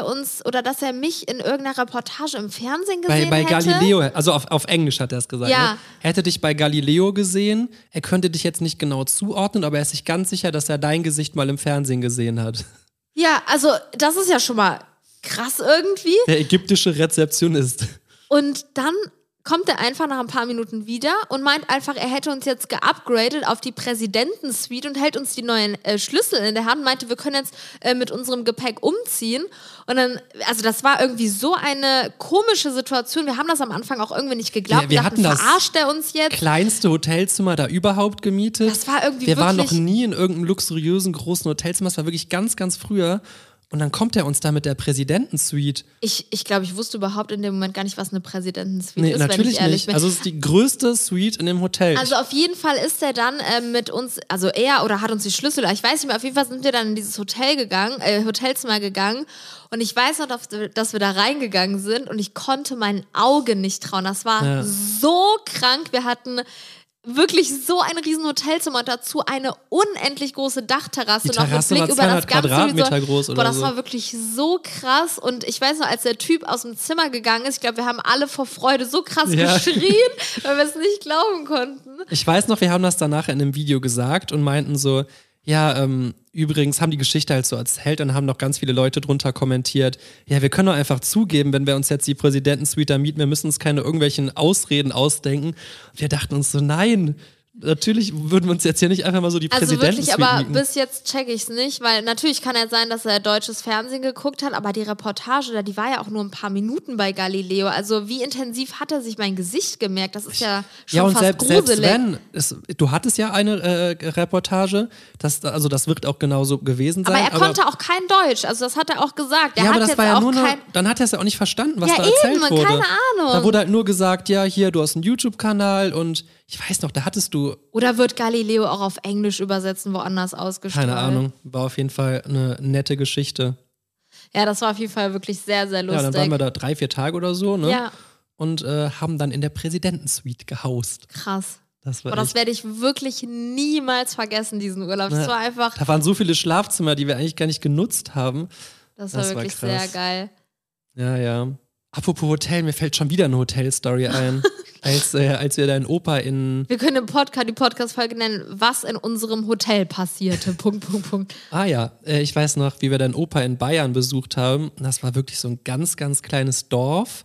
er mich in irgendeiner Reportage im Fernsehen gesehen bei hätte. Galileo, also auf Englisch hat er es gesagt. Ja. Ne? Er hätte dich bei Galileo gesehen, er könnte dich jetzt nicht genau zuordnen, aber er ist sich ganz sicher, dass er dein Gesicht mal im Fernsehen gesehen hat. Ja, also das ist ja schon mal krass irgendwie. Der ägyptische Rezeptionist. Und dann kommt er einfach nach ein paar Minuten wieder und meint einfach, er hätte uns jetzt geupgradet auf die Präsidentensuite und hält uns die neuen Schlüssel in der Hand und meinte, wir können jetzt mit unserem Gepäck umziehen. Und dann, also das war irgendwie so eine komische Situation. Wir haben das am Anfang auch irgendwie nicht geglaubt. Ja, wir hatten das verarscht er uns jetzt? Kleinste Hotelzimmer da überhaupt gemietet. Das war irgendwie Wir waren wirklich noch nie in irgendeinem luxuriösen großen Hotelzimmer. Das war wirklich ganz, ganz früher. Und dann kommt er uns da mit der Präsidentensuite. Ich glaube, ich wusste überhaupt in dem Moment gar nicht, was eine Präsidentensuite ist, natürlich wenn ich ehrlich nicht. bin. Also es ist die größte Suite in dem Hotel. Also auf jeden Fall ist er dann mit uns, also er oder hat uns die Schlüssel, ich weiß nicht mehr, auf jeden Fall sind wir dann in dieses Hotelzimmer gegangen und ich weiß noch, dass wir da reingegangen sind und ich konnte meinen Augen nicht trauen. Das war so krank. Wir hatten wirklich so ein riesen Hotelzimmer und dazu eine unendlich große Dachterrasse. Die Terrasse noch mit Blick war über das 200 ganze Quadratmeter groß oder Boah, das so. war wirklich so krass und ich weiß noch, als der Typ aus dem Zimmer gegangen ist, ich glaube, wir haben alle vor Freude so krass geschrien, weil wir es nicht glauben konnten. Ich weiß noch, wir haben das danach in einem Video gesagt und meinten so, ja, übrigens haben die Geschichte halt so erzählt und haben noch ganz viele Leute drunter kommentiert, ja, wir können doch einfach zugeben, wenn wir uns jetzt die Präsidentensuite da mieten, wir müssen uns keine irgendwelchen Ausreden ausdenken. Wir dachten uns so, nein, natürlich würden wir uns jetzt hier nicht einfach mal so die Präsidentensuite wirklich, aber mieten. bis jetzt check ich's nicht, weil natürlich kann ja sein, dass er deutsches Fernsehen geguckt hat, aber die Reportage, die war ja auch nur ein paar Minuten bei Galileo. Also wie intensiv hat er sich mein Gesicht gemerkt? Das ist ja schon ja, und fast selbst gruselig. wenn, du hattest ja eine Reportage, das wird auch genauso gewesen sein. Aber er konnte auch kein Deutsch, also das hat er auch gesagt. Ja, aber das war ja nur dann hat er es ja auch nicht verstanden, was ja, da erzählt wurde. Keine Ahnung. Da wurde halt nur gesagt, ja, hier, du hast einen YouTube-Kanal und ich weiß noch, da hattest du... Oder wird Galileo auch auf Englisch übersetzen, woanders ausgestrahlt? Keine Ahnung, war auf jeden Fall eine nette Geschichte. Ja, das war auf jeden Fall wirklich sehr, sehr lustig. Ja, dann waren wir da 3-4 Tage oder so, ne? Ja. Und haben dann in der Präsidentensuite gehaust. Krass. Das werde ich wirklich niemals vergessen, diesen Urlaub. Das war einfach... Da waren so viele Schlafzimmer, die wir eigentlich gar nicht genutzt haben. Das war wirklich sehr geil. Ja, ja. Apropos Hotel, mir fällt schon wieder eine Hotelstory ein. als wir deinen Opa in... Wir können die Podcast-Folge nennen, was in unserem Hotel passierte. Punkt. Ah ja, ich weiß noch, wie wir deinen Opa in Bayern besucht haben. Das war wirklich so ein ganz, ganz kleines Dorf.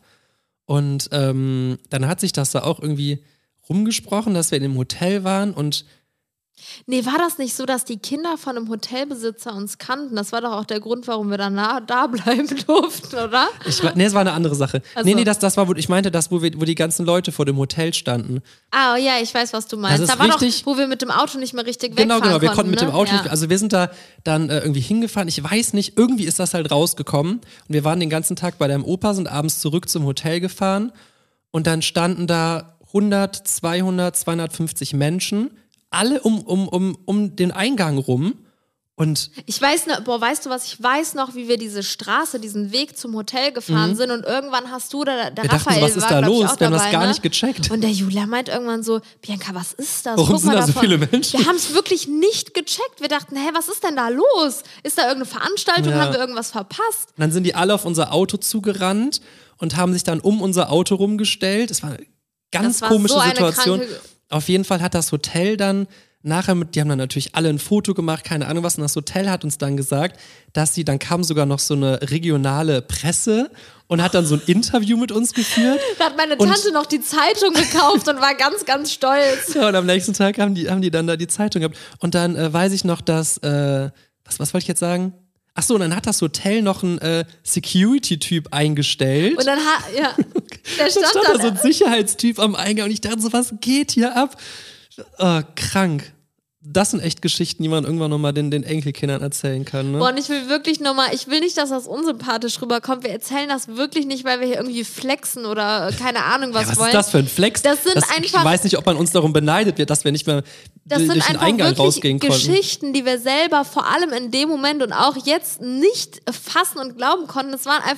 Und dann hat sich das da auch irgendwie rumgesprochen, dass wir in dem Hotel waren und Nee, war das nicht so, dass die Kinder von einem Hotelbesitzer uns kannten? Das war doch auch der Grund, warum wir dann da bleiben durften, oder? Nee, es war eine andere Sache. Also. Nee, das war, ich meinte das, wo die ganzen Leute vor dem Hotel standen. Ah, ja, ich weiß, was du meinst. Also da war richtig, doch, wo wir mit dem Auto nicht mehr richtig wegfahren Genau, wir konnten mit ne? dem Auto nicht, also wir sind da dann irgendwie hingefahren. Ich weiß nicht, irgendwie ist das halt rausgekommen. Und wir waren den ganzen Tag bei deinem Opa, sind abends zurück zum Hotel gefahren und dann standen da 100, 200, 250 Menschen, alle um den Eingang rum Und ich weiß noch, weißt du was, ich weiß noch, wie wir diese Straße, diesen Weg zum Hotel gefahren sind und irgendwann hast du, der wir Raphael dachten, was ist war, da glaub ich, los? auch Wir haben dabei, das gar ne? nicht gecheckt. Und der Julia meint irgendwann so, Bianca, was ist das? Warum Guck sind mal da so davon. viele Menschen? Wir haben es wirklich nicht gecheckt. Wir dachten, hä, was ist denn da los? Ist da irgendeine Veranstaltung? Ja. Haben wir irgendwas verpasst? Und dann sind die alle auf unser Auto zugerannt und haben sich dann um unser Auto rumgestellt. Es war eine ganz Das war komische so eine Situation. kranke- Auf jeden Fall hat das Hotel dann nachher die haben dann natürlich alle ein Foto gemacht, keine Ahnung was, und das Hotel hat uns dann gesagt, dann kam sogar noch so eine regionale Presse und hat dann so ein Interview mit uns geführt. Da hat meine Tante noch die Zeitung gekauft und war ganz, ganz stolz. Ja, und am nächsten Tag haben die dann da die Zeitung gehabt. Und dann weiß ich noch, dass, was wollte ich jetzt sagen? Ach so, und dann hat das Hotel noch einen Security-Typ eingestellt. Und dann der Da stand stand da dann. so ein Sicherheitstyp am Eingang und ich dachte so, was geht hier ab? Krank. Das sind echt Geschichten, die man irgendwann nochmal den Enkelkindern erzählen kann. Ne? Boah, und ich will wirklich nochmal, ich will nicht, dass das unsympathisch rüberkommt. Wir erzählen das wirklich nicht, weil wir hier irgendwie flexen oder keine Ahnung was was wollen. ist das für ein Flex? Das sind Ich einfach- weiß nicht, ob man uns darum beneidet wird, dass wir nicht mehr Das durch sind den einfach Eingang wirklich rausgehen konnten. Geschichten, die wir selber vor allem in dem Moment und auch jetzt nicht fassen und glauben konnten.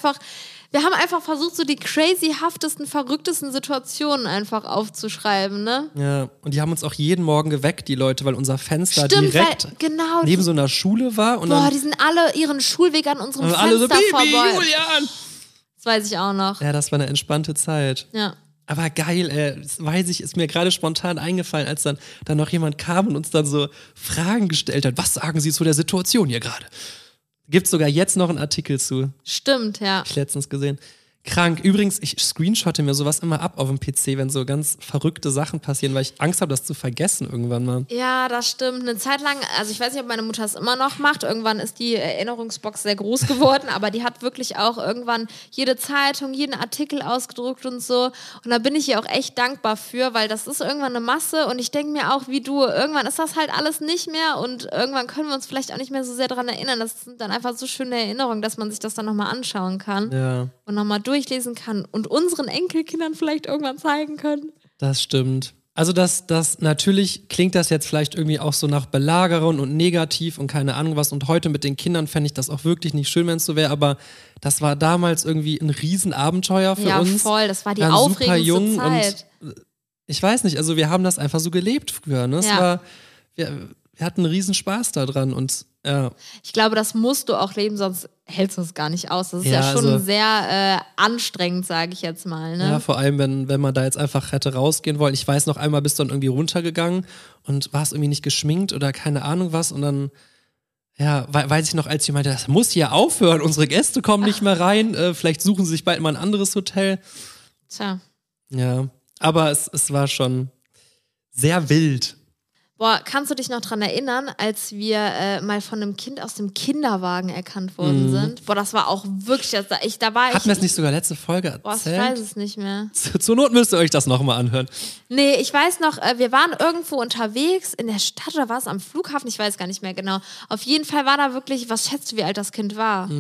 Wir haben einfach versucht, so die crazyhaftesten, verrücktesten Situationen einfach aufzuschreiben, ne? Ja, und die haben uns auch jeden Morgen geweckt, die Leute, weil unser Fenster Stimmt, direkt weil, genau. neben so einer Schule war. Und Boah, dann die sind alle ihren Schulweg an unserem also Fenster alle so, Baby, vorbei. Julian! Das weiß ich auch noch. Ja, das war eine entspannte Zeit. Ja. Aber geil, das weiß ich, ist mir gerade spontan eingefallen, als dann noch jemand kam und uns dann so Fragen gestellt hat. Was sagen Sie zu der Situation hier gerade? Gibt sogar jetzt noch einen Artikel zu. Stimmt, ja. Hab ich letztens gesehen. Krank. Übrigens, ich screenshotte mir sowas immer ab auf dem PC, wenn so ganz verrückte Sachen passieren, weil ich Angst habe, das zu vergessen irgendwann mal. Ja, das stimmt. Eine Zeit lang, also ich weiß nicht, ob meine Mutter es immer noch macht. Irgendwann ist die Erinnerungsbox sehr groß geworden, aber die hat wirklich auch irgendwann jede Zeitung, jeden Artikel ausgedruckt und so. Und da bin ich ihr auch echt dankbar für, weil das ist irgendwann eine Masse und ich denke mir auch, wie du, irgendwann ist das halt alles nicht mehr und irgendwann können wir uns vielleicht auch nicht mehr so sehr daran erinnern. Das sind dann einfach so schöne Erinnerungen, dass man sich das dann nochmal anschauen kann Ja, und nochmal durchlesen kann und unseren Enkelkindern vielleicht irgendwann zeigen können. das stimmt. Also das natürlich klingt das jetzt vielleicht irgendwie auch so nach Belagerung und negativ und keine Ahnung was. Und heute mit den Kindern fände ich das auch wirklich nicht schön, wenn es so wäre. Aber das war damals irgendwie ein Riesenabenteuer für uns. Ja, voll. Das war die Wir waren super aufregendste jung Zeit. und ich weiß nicht, also wir haben das einfach so gelebt früher. Ne? Ja. Wir hatten einen riesen Spaß daran und ja. Ich glaube, das musst du auch leben, sonst hältst du es gar nicht aus. Das ist Ja, ja schon also- sehr anstrengend, sage ich jetzt mal. Ne? Ja, vor allem, wenn man da jetzt einfach hätte rausgehen wollen. Ich weiß noch, einmal bist du dann irgendwie runtergegangen und warst irgendwie nicht geschminkt oder keine Ahnung was und dann, ja, weiß ich noch, als jemand, das muss hier aufhören, unsere Gäste kommen nicht mehr rein, vielleicht suchen sie sich bald mal ein anderes Hotel. Tja. Ja, aber es war schon sehr wild. Boah, kannst du dich noch dran erinnern, als wir mal von einem Kind aus dem Kinderwagen erkannt worden sind? Boah, das war auch wirklich, da war ich. Hatten wir es nicht sogar letzte Folge Boah, ich erzählt? weiß es nicht mehr. Zur Not müsst ihr euch das nochmal anhören. Nee, ich weiß noch, wir waren irgendwo unterwegs in der Stadt oder war es am Flughafen? Ich weiß gar nicht mehr genau. Auf jeden Fall war da wirklich, was schätzt du, wie alt das Kind war?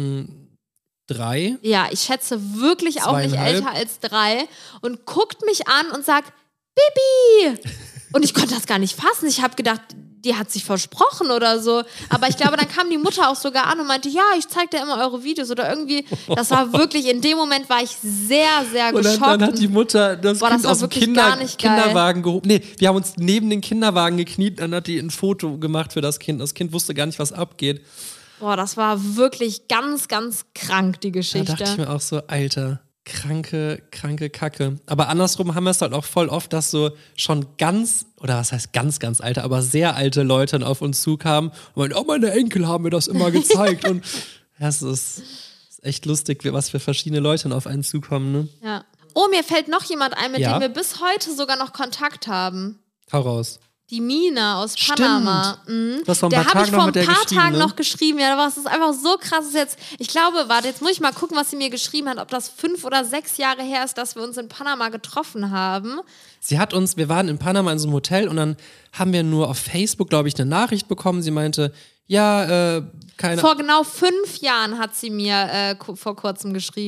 3. Ja, ich schätze wirklich auch nicht 2,5. älter als 3 und guckt mich an und sagt, Bibi! Und ich konnte das gar nicht fassen. Ich habe gedacht, die hat sich versprochen oder so. Aber ich glaube, dann kam die Mutter auch sogar an und meinte, ja, ich zeige dir immer eure Videos oder irgendwie. Das war wirklich, in dem Moment war ich sehr, sehr Und geschockt. dann hat die Mutter das Boah, Kind das war aus dem wirklich gar nicht geil. Kinderwagen gehoben. Nee, wir haben uns neben den Kinderwagen gekniet, dann hat die ein Foto gemacht für das Kind. Das Kind wusste gar nicht, was abgeht. Boah, das war wirklich ganz, ganz krank, die Da Geschichte. dachte ich mir auch so, Alter, kranke Kacke. Aber andersrum haben wir es halt auch voll oft, dass so schon ganz, oder was heißt ganz, ganz alte, aber sehr alte Leute dann auf uns zukamen und meinten, oh, meine Enkel haben mir das immer gezeigt. Und ja, es ist echt lustig, was für verschiedene Leute dann auf einen zukommen, ne? Ja. Oh, mir fällt noch jemand ein, mit Ja? dem wir bis heute sogar noch Kontakt haben. Hau raus. Die Mina aus Panama. Du hast vor ein Der paar habe ich Tagen noch vor ein mit der paar geschrieben, Tagen ne? noch geschrieben. Ja, das ist einfach so krass. Das ist jetzt, ich glaube, warte, jetzt muss ich mal gucken, was sie mir geschrieben hat, ob das 5 oder 6 Jahre her ist, dass wir uns in Panama getroffen haben. Wir waren in Panama in so einem Hotel und dann haben wir nur auf Facebook, glaube ich, eine Nachricht bekommen. Sie meinte, ja, keine Vor genau 5 Jahren hat sie mir vor kurzem geschrieben.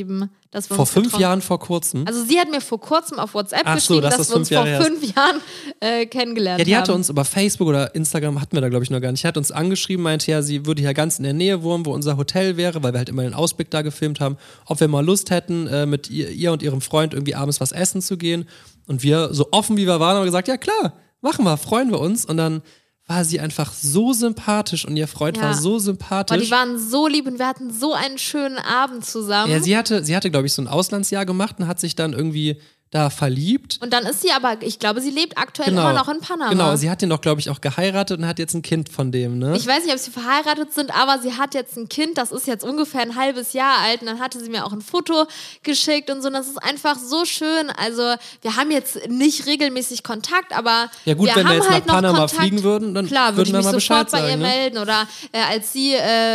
dass wir Vor uns 5 getroffen- Jahren, vor kurzem? Also sie hat mir vor kurzem auf WhatsApp Ach so, geschrieben, dass dass das wir uns 5 Jahre vor her ist. 5 Jahren kennengelernt Ja, die hatte haben. uns über Facebook oder Instagram, hatten wir da glaube ich noch gar nicht, die hat uns angeschrieben, meinte ja, sie würde hier ganz in der Nähe wohnen, wo unser Hotel wäre, weil wir halt immer den Ausblick da gefilmt haben, ob wir mal Lust hätten, mit ihr und ihrem Freund irgendwie abends was essen zu gehen. Und wir, so offen wie wir waren, haben gesagt, ja klar, machen wir, freuen wir uns. Und dann war sie einfach so sympathisch und ihr Freund Ja. war so Boah, sympathisch. die waren so lieb und wir hatten so einen schönen Abend zusammen. Ja, sie hatte, glaube ich, so ein Auslandsjahr gemacht und hat sich dann irgendwie da verliebt. Und dann ist sie aber, ich glaube, sie lebt aktuell immer noch in Panama. Genau, sie hat den doch, glaube ich, auch geheiratet und hat jetzt ein Kind von dem, ne? Ich weiß nicht, ob sie verheiratet sind, aber sie hat jetzt ein Kind, das ist jetzt ungefähr ein halbes Jahr alt und dann hatte sie mir auch ein Foto geschickt und so und das ist einfach so schön. Also wir haben jetzt nicht regelmäßig Kontakt, aber Ja gut, wir wenn haben wir jetzt halt nach noch Panama Kontakt. fliegen würden, dann Klar, würde würden ich wir mich mal sofort Bescheid bei ihr sagen, ne? melden oder als sie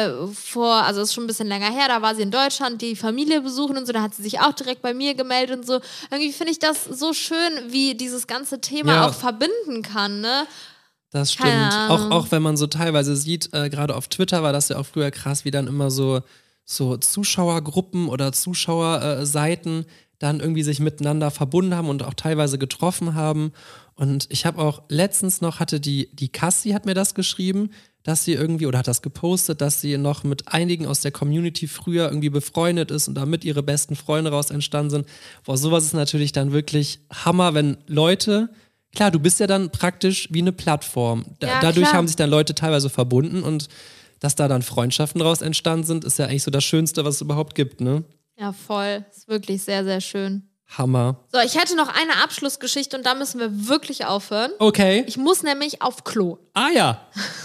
also ist schon ein bisschen länger her, da war sie in Deutschland, die Familie besuchen und so, da hat sie sich auch direkt bei mir gemeldet und so. Irgendwie finde ich das so schön, wie dieses ganze Thema Ja. auch verbinden kann, ne? Das stimmt. Keine Ahnung. Auch wenn man so teilweise sieht, gerade auf Twitter war das ja auch früher krass, wie dann immer so Zuschauergruppen oder Zuschauerseiten dann irgendwie sich miteinander verbunden haben und auch teilweise getroffen haben. Und ich habe auch letztens noch, hatte die Cassie hat mir das geschrieben, dass sie irgendwie, oder hat das gepostet, dass sie noch mit einigen aus der Community früher irgendwie befreundet ist und damit ihre besten Freunde raus entstanden sind. Boah, sowas ist natürlich dann wirklich Hammer, wenn Leute, klar, du bist ja dann praktisch wie eine Plattform. Ja, Dadurch klar. haben sich dann Leute teilweise verbunden und dass da dann Freundschaften raus entstanden sind, ist ja eigentlich so das Schönste, was es überhaupt gibt, ne? Ja, voll. Ist wirklich sehr, sehr schön. Hammer. So, ich hätte noch eine Abschlussgeschichte und da müssen wir wirklich aufhören. Okay. Ich muss nämlich auf Klo. Ah ja.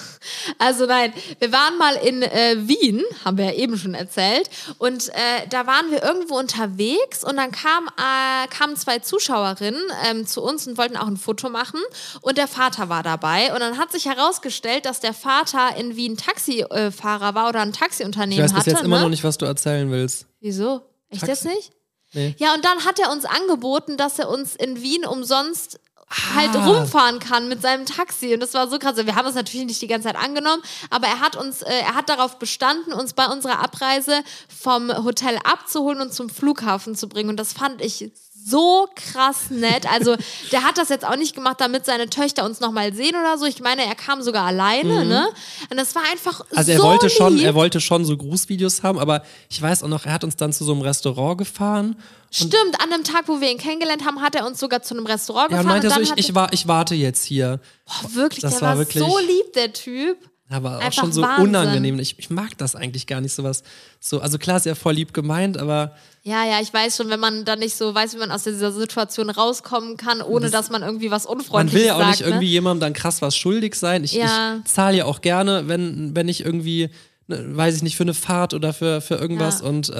Also nein, wir waren mal in Wien, haben wir ja eben schon erzählt, und da waren wir irgendwo unterwegs und dann kamen 2 Zuschauerinnen zu uns und wollten auch ein Foto machen und der Vater war dabei und dann hat sich herausgestellt, dass der Vater in Wien Taxifahrer war oder ein Ich Taxiunternehmen weiß bis hatte. jetzt immer ne? noch nicht, was du erzählen willst. Wieso? Echt Taxi? jetzt nicht? Nee. Ja, und dann hat er uns angeboten, dass er uns in Wien umsonst halt rumfahren kann mit seinem Taxi. Und das war so krass. Wir haben es natürlich nicht die ganze Zeit angenommen, aber er hat darauf bestanden, uns bei unserer Abreise vom Hotel abzuholen und zum Flughafen zu bringen. Und das fand ich so krass nett. Also der hat das jetzt auch nicht gemacht, damit seine Töchter uns nochmal sehen oder so. Ich meine, er kam sogar alleine, ne? Und das war einfach Also so lieb. er wollte schon so Grußvideos haben, aber ich weiß auch noch, er hat uns dann zu so einem Restaurant gefahren. Stimmt, an dem Tag, wo wir ihn kennengelernt haben, hat er uns sogar zu einem Restaurant Ja, und gefahren. meinte und so, dann ich warte jetzt hier. Boah, wirklich, Das der war war wirklich- so lieb, der Typ. Aber auch Einfach schon so Wahnsinn. unangenehm. Ich mag das eigentlich gar nicht, sowas. So, also klar ist ja voll lieb gemeint, aber Ja, ich weiß schon, wenn man dann nicht so weiß, wie man aus dieser Situation rauskommen kann, ohne dass man irgendwie was man Unfreundliches will ja auch sagt. nicht irgendwie jemandem dann krass was schuldig sein. Ich Ja. zahle ja auch gerne, wenn ich irgendwie, ne, weiß ich nicht, für eine Fahrt oder für irgendwas. Ja. Und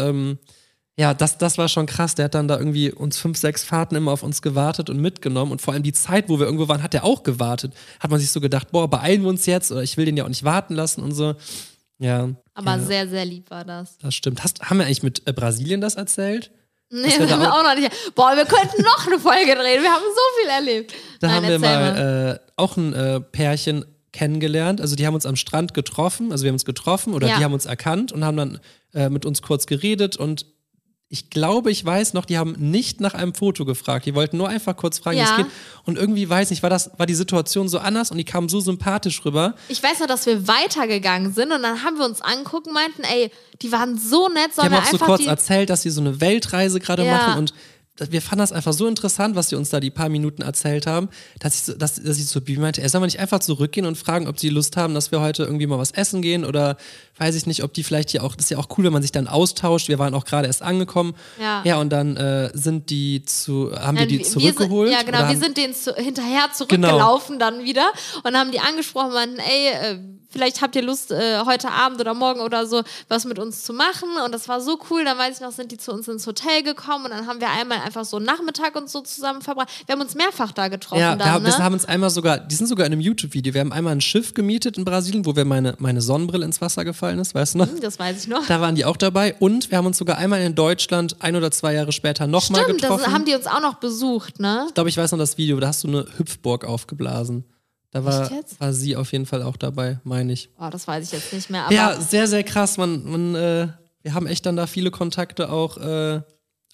ja, das war schon krass. Der hat dann da irgendwie uns 5, 6 Fahrten immer auf uns gewartet und mitgenommen. Und vor allem die Zeit, wo wir irgendwo waren, hat er auch gewartet. Hat man sich so gedacht, boah, beeilen wir uns jetzt oder ich will den ja auch nicht warten lassen und so. Ja. Aber ja, sehr, sehr lieb war das. das stimmt. Haben wir eigentlich mit Brasilien das erzählt? Nee, wir das da haben wir auch- auch noch nicht. Boah, wir könnten noch eine Folge drehen. Wir haben so viel erlebt. Da Nein, haben wir erzähl mal auch ein Pärchen kennengelernt. Also die haben uns am Strand getroffen. Also wir haben uns getroffen oder Ja. die haben uns erkannt und haben dann mit uns kurz geredet. Und ich glaube, ich weiß noch, die haben nicht nach einem Foto gefragt. Die wollten nur einfach kurz fragen, wie Ja. es geht. Und irgendwie, weiß nicht, war die Situation so anders und die kamen so sympathisch rüber. Ich weiß noch, dass wir weitergegangen sind und dann haben wir uns angeguckt und meinten, ey, die waren so nett, Die sollen haben wir auch so einfach kurz die... erzählt, dass sie so eine Weltreise gerade Ja. machen und wir fanden das einfach so interessant, was sie uns da die paar Minuten erzählt haben, dass ich so Bibi meinte, sollen wir nicht einfach zurückgehen und fragen, ob sie Lust haben, dass wir heute irgendwie mal was essen gehen oder weiß ich nicht, ob die vielleicht hier auch, das ist ja auch cool, wenn man sich dann austauscht, wir waren auch gerade erst angekommen, Ja. und dann haben wir Nein, die zurückgeholt. Ja, genau, oder wir haben- sind denen hinterher zurückgelaufen dann wieder und haben die angesprochen und meinten, ey, vielleicht habt ihr Lust, heute Abend oder morgen oder so was mit uns zu machen und das war so cool, dann weiß ich noch, sind die zu uns ins Hotel gekommen und dann haben wir einmal einfach so einen Nachmittag und so zusammen verbracht. Wir haben uns mehrfach da getroffen Ja, dann, wir ne? haben uns einmal die sind sogar in einem YouTube-Video, wir haben einmal ein Schiff gemietet in Brasilien, wo wir meine Sonnenbrille ins Wasser gefallen ist, weißt du noch? Das weiß ich noch. Da waren die auch dabei und wir haben uns sogar einmal in Deutschland 1 oder 2 Jahre später nochmal Stimmt, getroffen. das haben die uns auch noch besucht, ne? Ich glaube, ich weiß noch das Video, da hast du eine Hüpfburg aufgeblasen. Da Echt jetzt? war sie auf jeden Fall auch dabei, meine ich. Oh, das weiß ich jetzt nicht mehr, aber Ja, sehr, sehr krass. Wir haben echt dann da viele Kontakte auch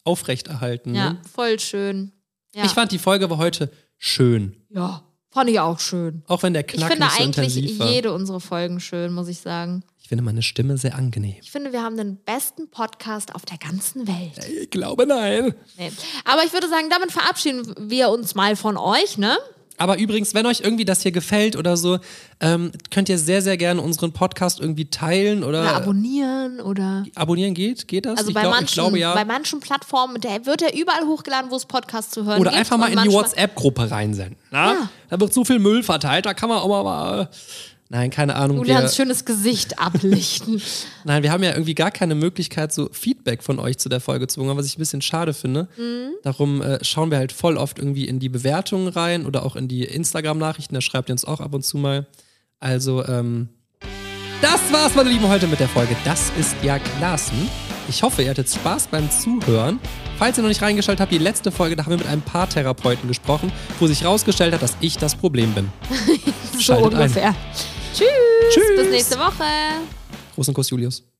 aufrechterhalten. Ja, Ne? voll schön. Ja. Ich fand, die Folge war heute schön. Ja, fand ich auch schön. Auch wenn der Ich Knack finde nicht so eigentlich intensiv war. jede unserer Folgen schön, muss ich sagen. Ich finde meine Stimme sehr angenehm. Ich finde, wir haben den besten Podcast auf der ganzen Welt. Ich glaube, nein. Nee. Aber ich würde sagen, damit verabschieden wir uns mal von euch, ne? Aber übrigens, wenn euch irgendwie das hier gefällt oder so, könnt ihr sehr, sehr gerne unseren Podcast irgendwie teilen oder abonnieren oder... Abonnieren geht das? Also ich glaube, ja. Bei manchen Plattformen, der wird ja überall hochgeladen, wo es Podcasts zu hören oder gibt. Einfach mal in die WhatsApp-Gruppe reinsenden. Na? Ja. Da wird so viel Müll verteilt, da kann man auch mal... Nein, keine Ahnung. Julians schönes Gesicht ablichten. Nein, wir haben ja irgendwie gar keine Möglichkeit, so Feedback von euch zu der Folge zu bekommen, was ich ein bisschen schade finde. Darum schauen wir halt voll oft irgendwie in die Bewertungen rein oder auch in die Instagram-Nachrichten, da schreibt ihr uns auch ab und zu mal. Also, das war's, meine Lieben, heute mit der Folge. Das ist ja Klassen. Ich hoffe, ihr hattet Spaß beim Zuhören. Falls ihr noch nicht reingeschaltet habt, die letzte Folge, da haben wir mit einem Paartherapeuten gesprochen, wo sich rausgestellt hat, dass ich das Problem bin. So ungefähr. Tschüss. Bis nächste Woche. Großen Kuss, Julius.